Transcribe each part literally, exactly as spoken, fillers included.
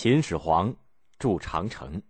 秦始皇筑长城。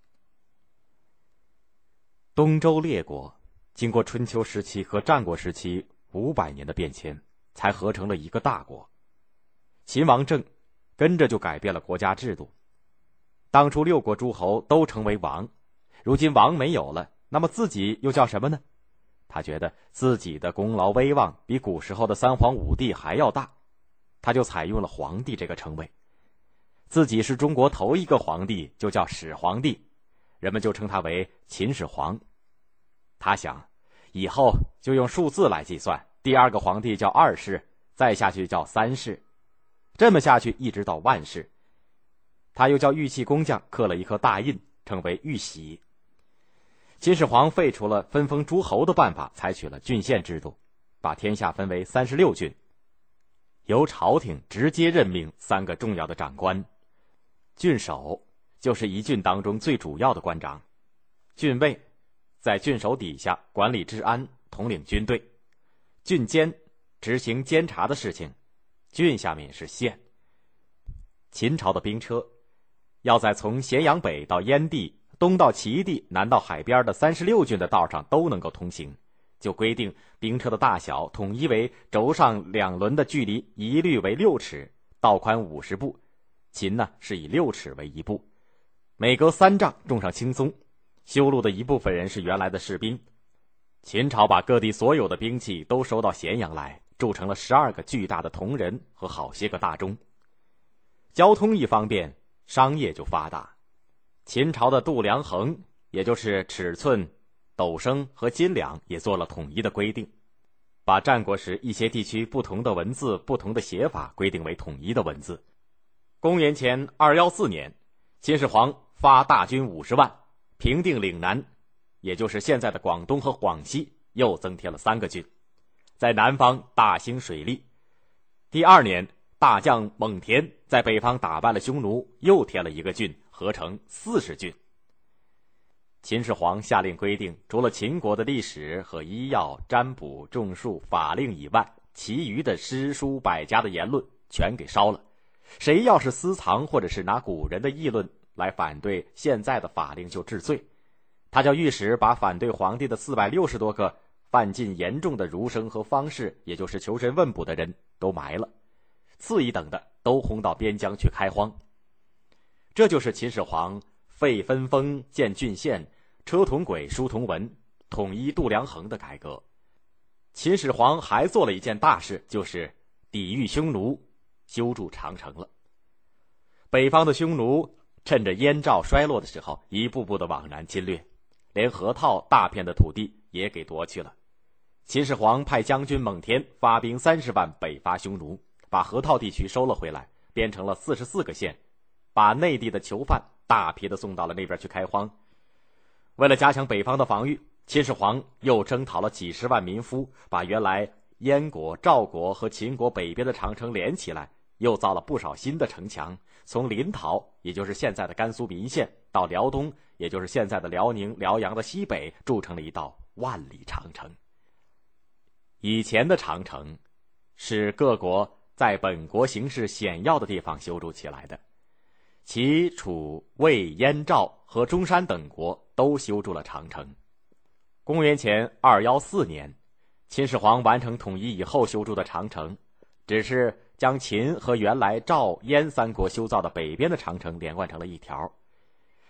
东周列国经过春秋时期和战国时期五百年的变迁，才合成了一个大国。秦王政跟着就改变了国家制度。当初六国诸侯都成为王，如今王没有了，那么自己又叫什么呢？他觉得自己的功劳威望比古时候的三皇五帝还要大，他就采用了皇帝这个称谓。自己是中国头一个皇帝，就叫始皇帝，人们就称他为秦始皇。他想，以后就用数字来计算，第二个皇帝叫二世，再下去叫三世，这么下去一直到万世。他又叫玉器工匠刻了一颗大印，称为玉玺。秦始皇废除了分封诸侯的办法，采取了郡县制度，把天下分为三十六郡，由朝廷直接任命三个重要的长官。郡守就是一郡当中最主要的官长，郡尉在郡守底下管理治安，统领军队，郡监执行监察的事情，郡下面是县。秦朝的兵车要在从咸阳北到燕地，东到齐地，南到海边的三十六郡的道上都能够通行，就规定兵车的大小统一为轴上两轮的距离一律为六尺，道宽五十步。秦呢是以六尺为一步，每隔三丈种上青松。修路的一部分人是原来的士兵。秦朝把各地所有的兵器都收到咸阳来，铸成了十二个巨大的铜人和好些个大钟。交通一方便，商业就发达。秦朝的度量衡，也就是尺寸、斗升和斤两，也做了统一的规定，把战国时一些地区不同的文字、不同的写法规定为统一的文字。公元前二一四年，秦始皇发大军五十万，平定岭南，也就是现在的广东和广西，又增添了三个郡，在南方大兴水利。第二年，大将蒙恬在北方打败了匈奴，又添了一个郡，合成四十郡。秦始皇下令规定，除了秦国的历史和医药、占卜、种树、法令以外，其余的诗书百家的言论全给烧了。谁要是私藏或者是拿古人的议论来反对现在的法令，就治罪。他叫御史把反对皇帝的四百六十多个犯禁严重的儒生和方士，也就是求神问卜的人都埋了，次一等的都轰到边疆去开荒。这就是秦始皇废分封建郡县，车同轨书同文，统一度量衡的改革。秦始皇还做了一件大事，就是抵御匈奴，修筑长城了。北方的匈奴趁着燕赵衰落的时候，一步步的往南侵略，连河套大片的土地也给夺去了。秦始皇派将军蒙恬发兵三十万北伐匈奴，把河套地区收了回来，编成了四十四个县，把内地的囚犯大批的送到了那边去开荒。为了加强北方的防御，秦始皇又征讨了几十万民夫，把原来燕国、赵国和秦国北边的长城连起来，又造了不少新的城墙，从临洮，也就是现在的甘肃岷县，到辽东，也就是现在的辽宁、辽阳的西北，筑成了一道万里长城。以前的长城是各国在本国形势险要的地方修筑起来的，齐、楚、魏、燕、赵和中山等国都修筑了长城。公元前二一四年，秦始皇完成统一以后修筑的长城，只是将秦和原来赵、燕三国修造的北边的长城连贯成了一条。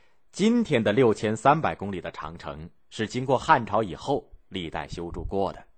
今天的六千三百公里的长城是经过汉朝以后历代修筑过的。